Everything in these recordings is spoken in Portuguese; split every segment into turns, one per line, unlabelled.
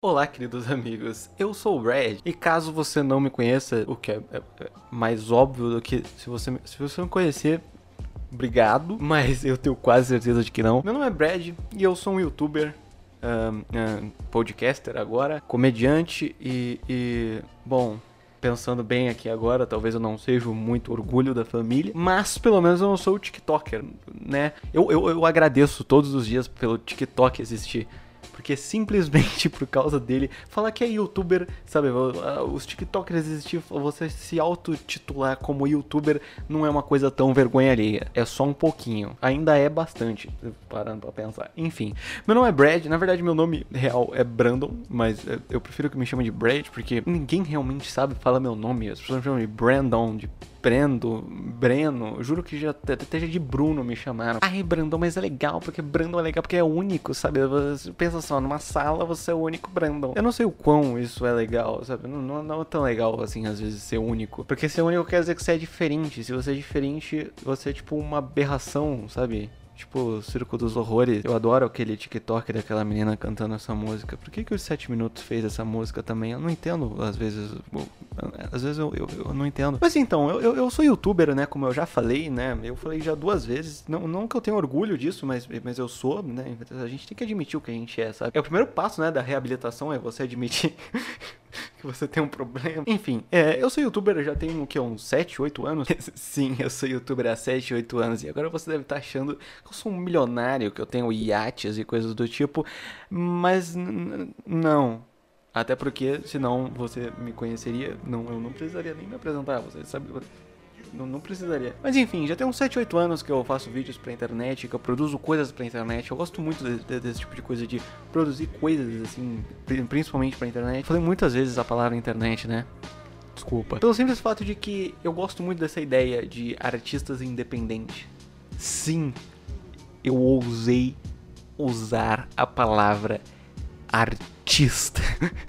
Olá, queridos amigos, eu sou o Brad, e caso você não me conheça, o que é mais óbvio do que se você me conhecer, obrigado, mas eu tenho quase certeza de que não. Meu nome é Brad e eu sou um youtuber, podcaster agora, comediante bom, pensando bem aqui agora, talvez eu não seja muito orgulho da família, mas pelo menos eu não sou o TikToker, né? Eu agradeço todos os dias pelo TikTok existir. Porque simplesmente por causa dele, falar que é youtuber, sabe? Os TikTokers existir, você se autotitular como youtuber não é uma coisa tão vergonha alheia. É só um pouquinho. Ainda é bastante, parando pra pensar. Enfim, meu nome é Brad, na verdade meu nome real é Brandon, mas eu prefiro que me chamem de Brad, porque ninguém realmente sabe falar meu nome. As pessoas me chamam de Brandon, de Breno, juro que já até de Bruno me chamaram. Ai, Brandon, mas é legal, porque Brandon é legal porque é único, sabe? Você pensa só, numa sala você é o único Brandon. Eu não sei o quão isso é legal, sabe? Não é tão legal assim, às vezes, ser único. Porque ser único quer dizer que você é diferente. Se você é diferente, você é tipo uma aberração, sabe? Tipo, o Circo dos Horrores. Eu adoro aquele TikTok daquela menina cantando essa música. Por que os 7 minutos fez essa música também? Eu não entendo, às vezes. Às vezes eu não entendo. Mas então, eu sou youtuber, né? Como eu já falei, né? Eu falei já 2 vezes. Não que eu tenha orgulho disso, mas eu sou, né? A gente tem que admitir o que a gente é, sabe? É o primeiro passo, né? Da reabilitação, é você admitir que você tem um problema. Enfim, eu sou youtuber, eu já tenho o que, uns 7, 8 anos? Sim, eu sou youtuber há 7, 8 anos. E agora você deve estar achando que eu sou um milionário, que eu tenho iates e coisas do tipo. Mas não. Até porque, senão você me conheceria. Não, eu não precisaria nem me apresentar, você sabe. Não precisaria. Mas enfim, já tem uns 7, 8 anos que eu faço vídeos pra internet, que eu produzo coisas pra internet. Eu gosto muito desse tipo de coisa, de produzir coisas, assim, principalmente pra internet. Falei muitas vezes a palavra internet, né? Desculpa. Pelo simples fato de que eu gosto muito dessa ideia de artistas independentes. Sim, eu ousei usar a palavra artista.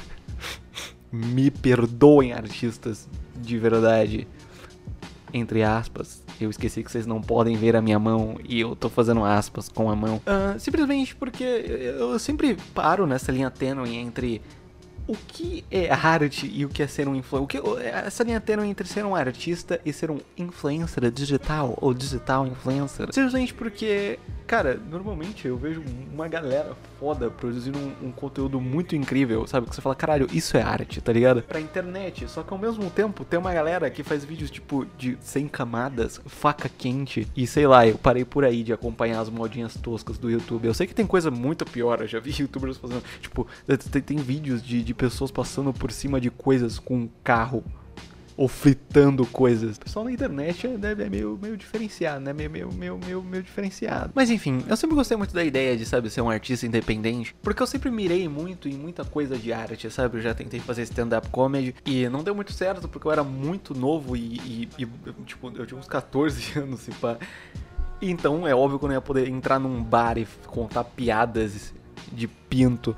Me perdoem, artistas de verdade. Entre aspas, eu esqueci que vocês não podem ver a minha mão e eu tô fazendo aspas com a mão. Simplesmente porque eu sempre paro nessa linha tênue entre o que é arte e o que é ser um influencer. Essa linha tênue entre ser um artista e ser um influencer digital ou digital influencer. Simplesmente porque, cara, normalmente eu vejo uma galera foda produzindo um conteúdo muito incrível, sabe? Que você fala, caralho, isso é arte, tá ligado? Pra internet, só que ao mesmo tempo tem uma galera que faz vídeos tipo de 100 camadas, faca quente, e sei lá, eu parei por aí de acompanhar as modinhas toscas do YouTube. Eu sei que tem coisa muito pior, eu já vi youtubers fazendo, tipo, tem vídeos de pessoas passando por cima de coisas com um carro ou fritando coisas. O pessoal na internet é meio diferenciado, né? Meio diferenciado. Mas enfim, eu sempre gostei muito da ideia de, sabe, ser um artista independente, porque eu sempre mirei muito em muita coisa de arte, sabe? Eu já tentei fazer stand-up comedy e não deu muito certo porque eu era muito novo e tipo, eu tinha uns 14 anos, se pá. Então é óbvio que eu não ia poder entrar num bar e contar piadas de pinto.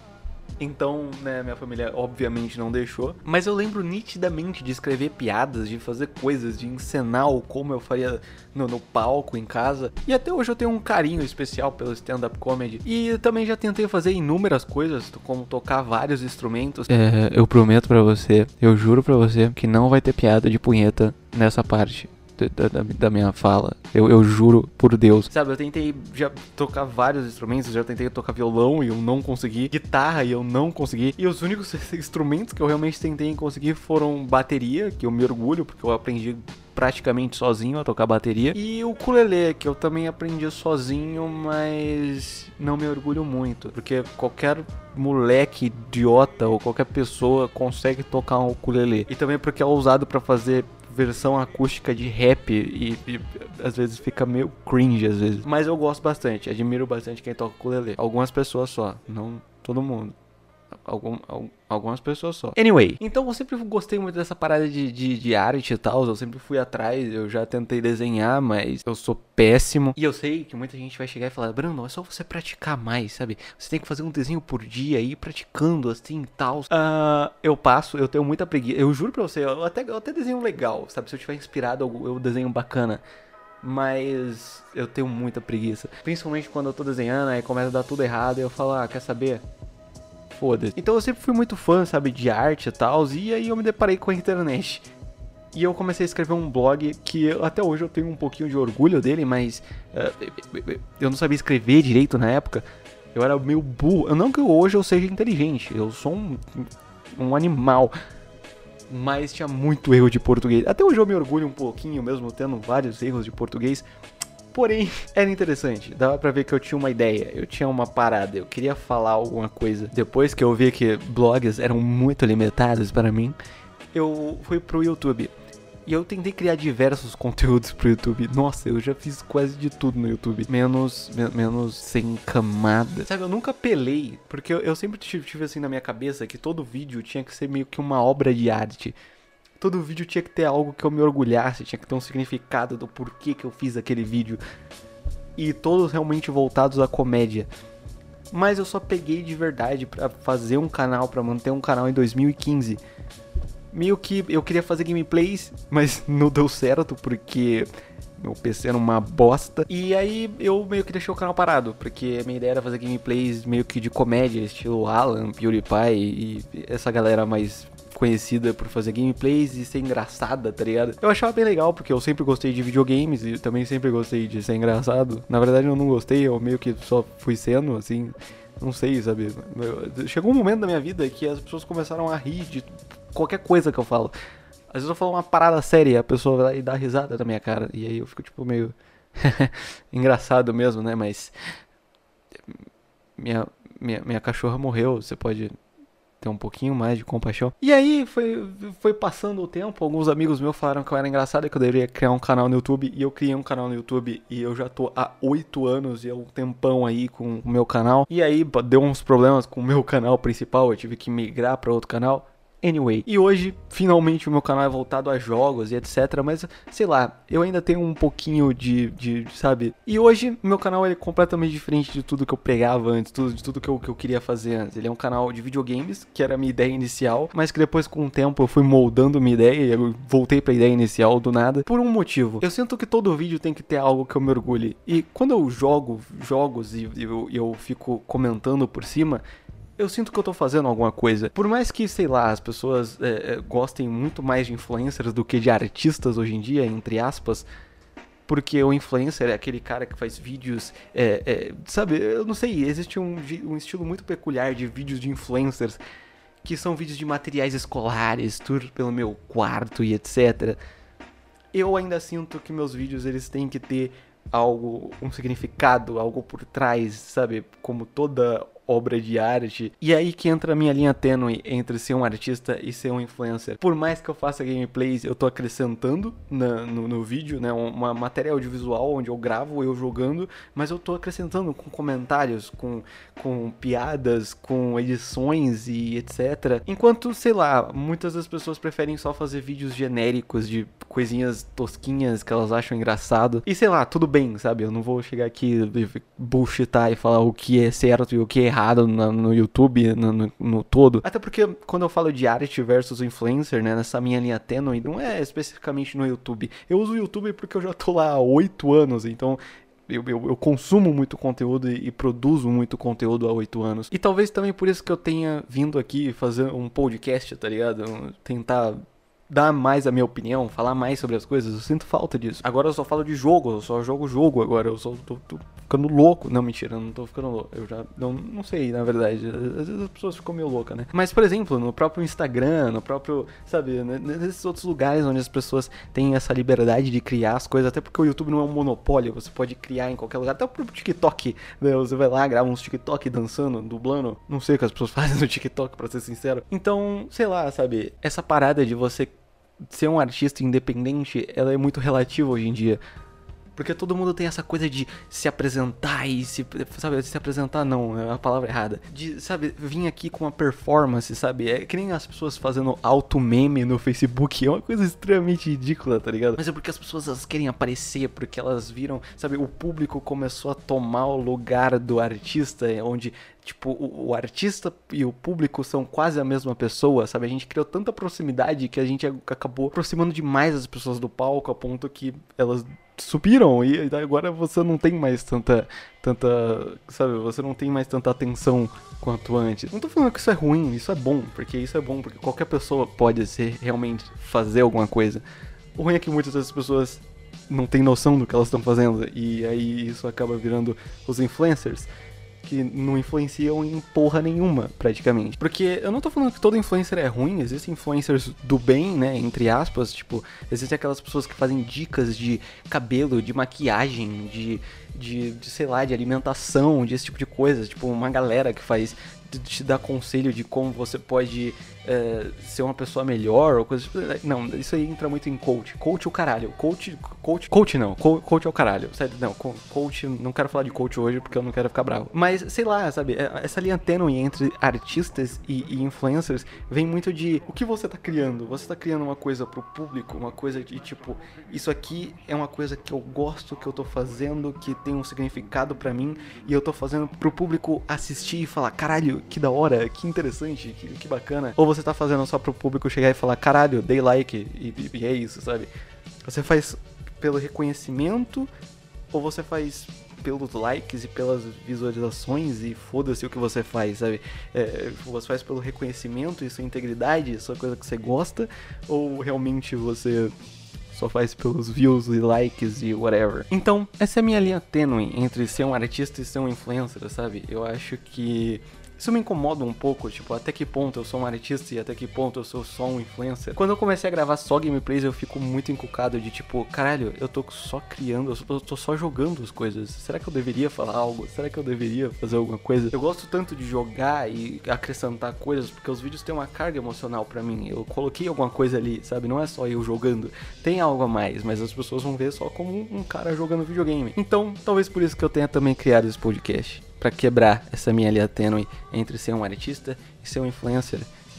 Então, né, minha família obviamente não deixou. Mas eu lembro nitidamente de escrever piadas, de fazer coisas, de encenar o como eu faria no palco, em casa. E até hoje eu tenho um carinho especial pelo stand-up comedy. E também já tentei fazer inúmeras coisas, como tocar vários instrumentos. Eu prometo pra você, eu juro pra você, que não vai ter piada de punheta nessa parte da minha fala. Eu juro por Deus. Sabe, eu tentei já tocar vários instrumentos, já tentei tocar violão e eu não consegui, guitarra e eu não consegui, e os únicos instrumentos que eu realmente tentei conseguir foram bateria, que eu me orgulho, porque eu aprendi praticamente sozinho a tocar bateria, e o ukulele, que eu também aprendi sozinho, mas não me orgulho muito, porque qualquer moleque idiota ou qualquer pessoa consegue tocar um ukulele, e também porque é usado pra fazer versão acústica de rap e às vezes fica meio cringe às vezes. Mas eu gosto bastante, admiro bastante quem toca ukulele. Algumas pessoas só, não todo mundo. Algumas pessoas só. Anyway, então eu sempre gostei muito dessa parada de arte e tal. Eu sempre fui atrás, eu já tentei desenhar, mas eu sou péssimo. E eu sei que muita gente vai chegar e falar, Brandon, é só você praticar mais, sabe? Você tem que fazer um desenho por dia e ir praticando assim e tal. Eu tenho muita preguiça. Eu juro pra você, eu até desenho legal, sabe? Se eu tiver inspirado, eu desenho bacana. Mas eu tenho muita preguiça. Principalmente quando eu tô desenhando, aí começa a dar tudo errado e eu falo, quer saber? foda-se. Então eu sempre fui muito fã, sabe, de arte e tal, e aí eu me deparei com a internet. E eu comecei a escrever um blog que até hoje eu tenho um pouquinho de orgulho dele, mas eu não sabia escrever direito na época. Eu era meio burro. Não que hoje eu seja inteligente, eu sou um animal. Mas tinha muito erro de português. Até hoje eu me orgulho um pouquinho, mesmo tendo vários erros de português. Porém, era interessante. Dava pra ver que eu tinha uma ideia, eu tinha uma parada, eu queria falar alguma coisa. Depois que eu vi que blogs eram muito limitados para mim, eu fui pro YouTube. E eu tentei criar diversos conteúdos pro YouTube. Nossa, eu já fiz quase de tudo no YouTube. Menos sem camada. Sabe, eu nunca apelei. Porque eu sempre tive assim na minha cabeça que todo vídeo tinha que ser meio que uma obra de arte. Todo vídeo tinha que ter algo que eu me orgulhasse. Tinha que ter um significado do porquê que eu fiz aquele vídeo. E todos realmente voltados à comédia. Mas eu só peguei de verdade pra fazer um canal, pra manter um canal em 2015. Meio que eu queria fazer gameplays, mas não deu certo porque meu PC era uma bosta. E aí eu meio que deixei o canal parado, porque a minha ideia era fazer gameplays meio que de comédia, estilo Alan, PewDiePie e essa galera mais conhecida por fazer gameplays e ser engraçada, tá ligado? Eu achava bem legal, porque eu sempre gostei de videogames e também sempre gostei de ser engraçado. Na verdade eu não gostei, eu meio que só fui sendo, assim, não sei, sabe? Chegou um momento da minha vida que as pessoas começaram a rir de qualquer coisa que eu falo. Às vezes eu falo uma parada séria e a pessoa vai lá e dá risada na minha cara. E aí eu fico tipo meio engraçado mesmo, né? Mas minha cachorra morreu, você pode ter um pouquinho mais de compaixão. E aí foi passando o tempo, alguns amigos meus falaram que eu era engraçado e que eu deveria criar um canal no YouTube. E eu criei um canal no YouTube e eu já tô há 8 anos e é um tempão aí com o meu canal. E aí deu uns problemas com o meu canal principal, eu tive que migrar pra outro canal. Anyway, e hoje, finalmente, o meu canal é voltado a jogos e etc, mas, sei lá, eu ainda tenho um pouquinho sabe? E hoje, meu canal é completamente diferente de tudo que eu pegava antes, de tudo que eu queria fazer antes. Ele é um canal de videogames, que era a minha ideia inicial, mas que depois, com o tempo, eu fui moldando minha ideia e eu voltei pra ideia inicial do nada, por um motivo. Eu sinto que todo vídeo tem que ter algo que eu me orgulhe. E quando eu jogo jogos e eu fico comentando por cima, eu sinto que eu tô fazendo alguma coisa. Por mais que, sei lá, as pessoas gostem muito mais de influencers do que de artistas hoje em dia, entre aspas, porque o influencer é aquele cara que faz vídeos, sabe, eu não sei, existe um estilo muito peculiar de vídeos de influencers, que são vídeos de materiais escolares, tour pelo meu quarto e etc. Eu ainda sinto que meus vídeos, eles têm que ter algo, um significado, algo por trás, sabe, como toda obra de arte. E aí que entra a minha linha tênue entre ser um artista e ser um influencer. Por mais que eu faça gameplays, eu tô acrescentando no vídeo, né, uma matéria audiovisual onde eu gravo eu jogando, mas eu tô acrescentando com comentários, com piadas, com edições e etc. Enquanto, sei lá, muitas das pessoas preferem só fazer vídeos genéricos de coisinhas tosquinhas que elas acham engraçado. E sei lá, tudo bem, sabe? Eu não vou chegar aqui e bullshitar e falar o que é certo e o que é errado no YouTube, no todo. Até porque quando eu falo de arte versus influencer, né, nessa minha linha tênue, não é especificamente no YouTube. Eu uso o YouTube porque eu já tô lá há 8 anos, então eu consumo muito conteúdo e produzo muito conteúdo há 8 anos. E talvez também por isso que eu tenha vindo aqui fazer um podcast, tá ligado? Tentar dar mais a minha opinião, falar mais sobre as coisas. Eu sinto falta disso. Agora eu só falo de jogo, eu só jogo jogo agora. Eu só tô ficando louco. Não, mentira, eu não tô ficando louco. Eu já não sei, na verdade. Às vezes as pessoas ficam meio loucas, né? Mas, por exemplo, no próprio Instagram, no próprio, sabe, nesses outros lugares onde as pessoas têm essa liberdade de criar as coisas, até porque o YouTube não é um monopólio, você pode criar em qualquer lugar. Até o próprio TikTok, né? Você vai lá, grava uns TikTok dançando, dublando. Não sei o que as pessoas fazem no TikTok, pra ser sincero. Então, sei lá, sabe, essa parada de você ser um artista independente, ela é muito relativa hoje em dia. Porque todo mundo tem essa coisa de se apresentar e se apresentar não, é a palavra errada. De, sabe, vir aqui com uma performance, sabe? É que nem as pessoas fazendo auto-meme no Facebook, é uma coisa extremamente ridícula, tá ligado? Mas é porque as pessoas elas querem aparecer, porque elas viram, sabe, o público começou a tomar o lugar do artista, onde, tipo, o artista e o público são quase a mesma pessoa, sabe? A gente criou tanta proximidade que a gente acabou aproximando demais as pessoas do palco, a ponto que elas subiram e agora você não tem mais tanta, sabe, você não tem mais tanta atenção quanto antes. Não tô falando que isso é ruim, isso é bom, porque qualquer pessoa pode realmente fazer alguma coisa. O ruim é que muitas dessas pessoas não têm noção do que elas estão fazendo, e aí isso acaba virando os influencers, que não influenciam em porra nenhuma, praticamente. Porque eu não tô falando que todo influencer é ruim, existem influencers do bem, né, entre aspas, tipo, existem aquelas pessoas que fazem dicas de cabelo, de maquiagem, de sei lá, de alimentação, desse tipo de coisas, tipo, uma galera que faz, te dá conselho de como você pode ser uma pessoa melhor, ou coisa. Não, isso aí entra muito em coach. Coach é o caralho. Coach não. Coach é o caralho. Não, coach, não quero falar de coach hoje porque eu não quero ficar bravo. Mas, sei lá, sabe, essa linha tênue entre artistas e influencers vem muito de o que você tá criando. Você tá criando uma coisa pro público, uma coisa de tipo, isso aqui é uma coisa que eu gosto, que eu tô fazendo, que tem um significado pra mim, e eu tô fazendo pro público assistir e falar, caralho, que da hora, que interessante, que bacana. Ou você tá fazendo só pro público chegar e falar, caralho, dei like, e é isso, sabe? Você faz pelo reconhecimento, ou você faz pelos likes e pelas visualizações, e foda-se o que você faz, sabe? Você faz pelo reconhecimento e sua integridade, sua coisa que você gosta, ou realmente você só faz pelos views e likes e whatever. Então, essa é a minha linha tênue entre ser um artista e ser um influencer, sabe? Eu acho que isso me incomoda um pouco, tipo, até que ponto eu sou um artista e até que ponto eu sou só um influencer. Quando eu comecei a gravar só gameplays, eu fico muito encucado de tipo, caralho, eu tô só criando, eu tô só jogando as coisas. Será que eu deveria falar algo? Será que eu deveria fazer alguma coisa? Eu gosto tanto de jogar e acrescentar coisas, porque os vídeos têm uma carga emocional pra mim. Eu coloquei alguma coisa ali, sabe? Não é só eu jogando. Tem algo a mais, mas as pessoas vão ver só como um cara jogando videogame. Então, talvez por isso que eu tenha também criado esse podcast. Pra quebrar essa minha linha tênue entre ser um artista e ser um influencer.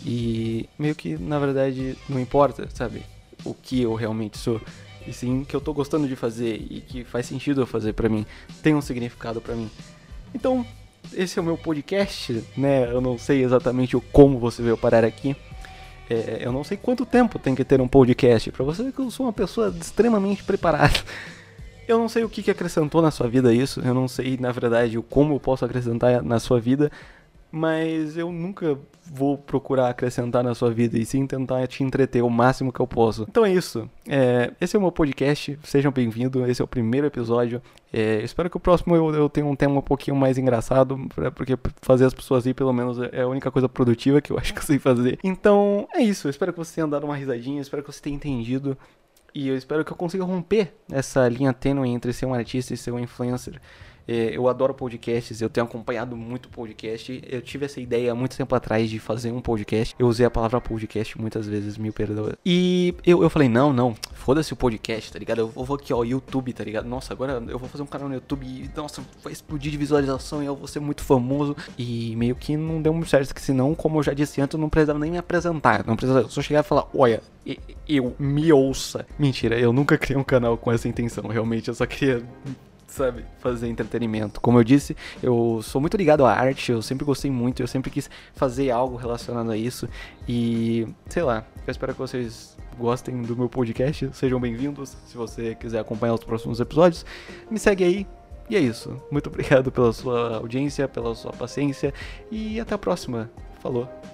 E meio que, na verdade, não importa, sabe? O que eu realmente sou. E sim, que eu tô gostando de fazer e que faz sentido eu fazer pra mim. Tem um significado pra mim. Então, esse é o meu podcast, né? Eu não sei exatamente como você veio parar aqui. Eu não sei quanto tempo tem que ter um podcast. Pra você ver que eu sou uma pessoa extremamente preparada. Eu não sei o que acrescentou na sua vida isso, eu não sei, na verdade, como eu posso acrescentar na sua vida, mas eu nunca vou procurar acrescentar na sua vida e sim tentar te entreter o máximo que eu posso. Então é isso, esse é o meu podcast, sejam bem-vindos, esse é o primeiro episódio. Espero que o próximo eu tenha um tema um pouquinho mais engraçado, porque fazer as pessoas rir pelo menos é a única coisa produtiva que eu acho que eu sei fazer. Então é isso, eu espero que você tenha dado uma risadinha, espero que você tenha entendido. E eu espero que eu consiga romper essa linha tênue entre ser um artista e ser um influencer. Eu adoro podcasts, eu tenho acompanhado muito podcast. Eu tive essa ideia há muito tempo atrás de fazer um podcast. Eu usei a palavra podcast muitas vezes, me perdoa. E eu falei, não, foda-se o podcast, tá ligado? Eu vou aqui, ó, YouTube, tá ligado? Nossa, agora eu vou fazer um canal no YouTube e, nossa, vai explodir de visualização e eu vou ser muito famoso. E meio que não deu muito certo, porque senão, como eu já disse antes, eu não precisava nem me apresentar. Não precisava, eu só chegar e falar, olha, eu me ouça. Mentira, eu nunca criei um canal com essa intenção, realmente, eu só queria, sabe, fazer entretenimento. Como eu disse, eu sou muito ligado à arte, eu sempre gostei muito, eu sempre quis fazer algo relacionado a isso. E, sei lá, eu espero que vocês gostem do meu podcast, sejam bem-vindos. Se você quiser acompanhar os próximos episódios, me segue aí. E é isso, muito obrigado pela sua audiência, pela sua paciência e até a próxima. Falou!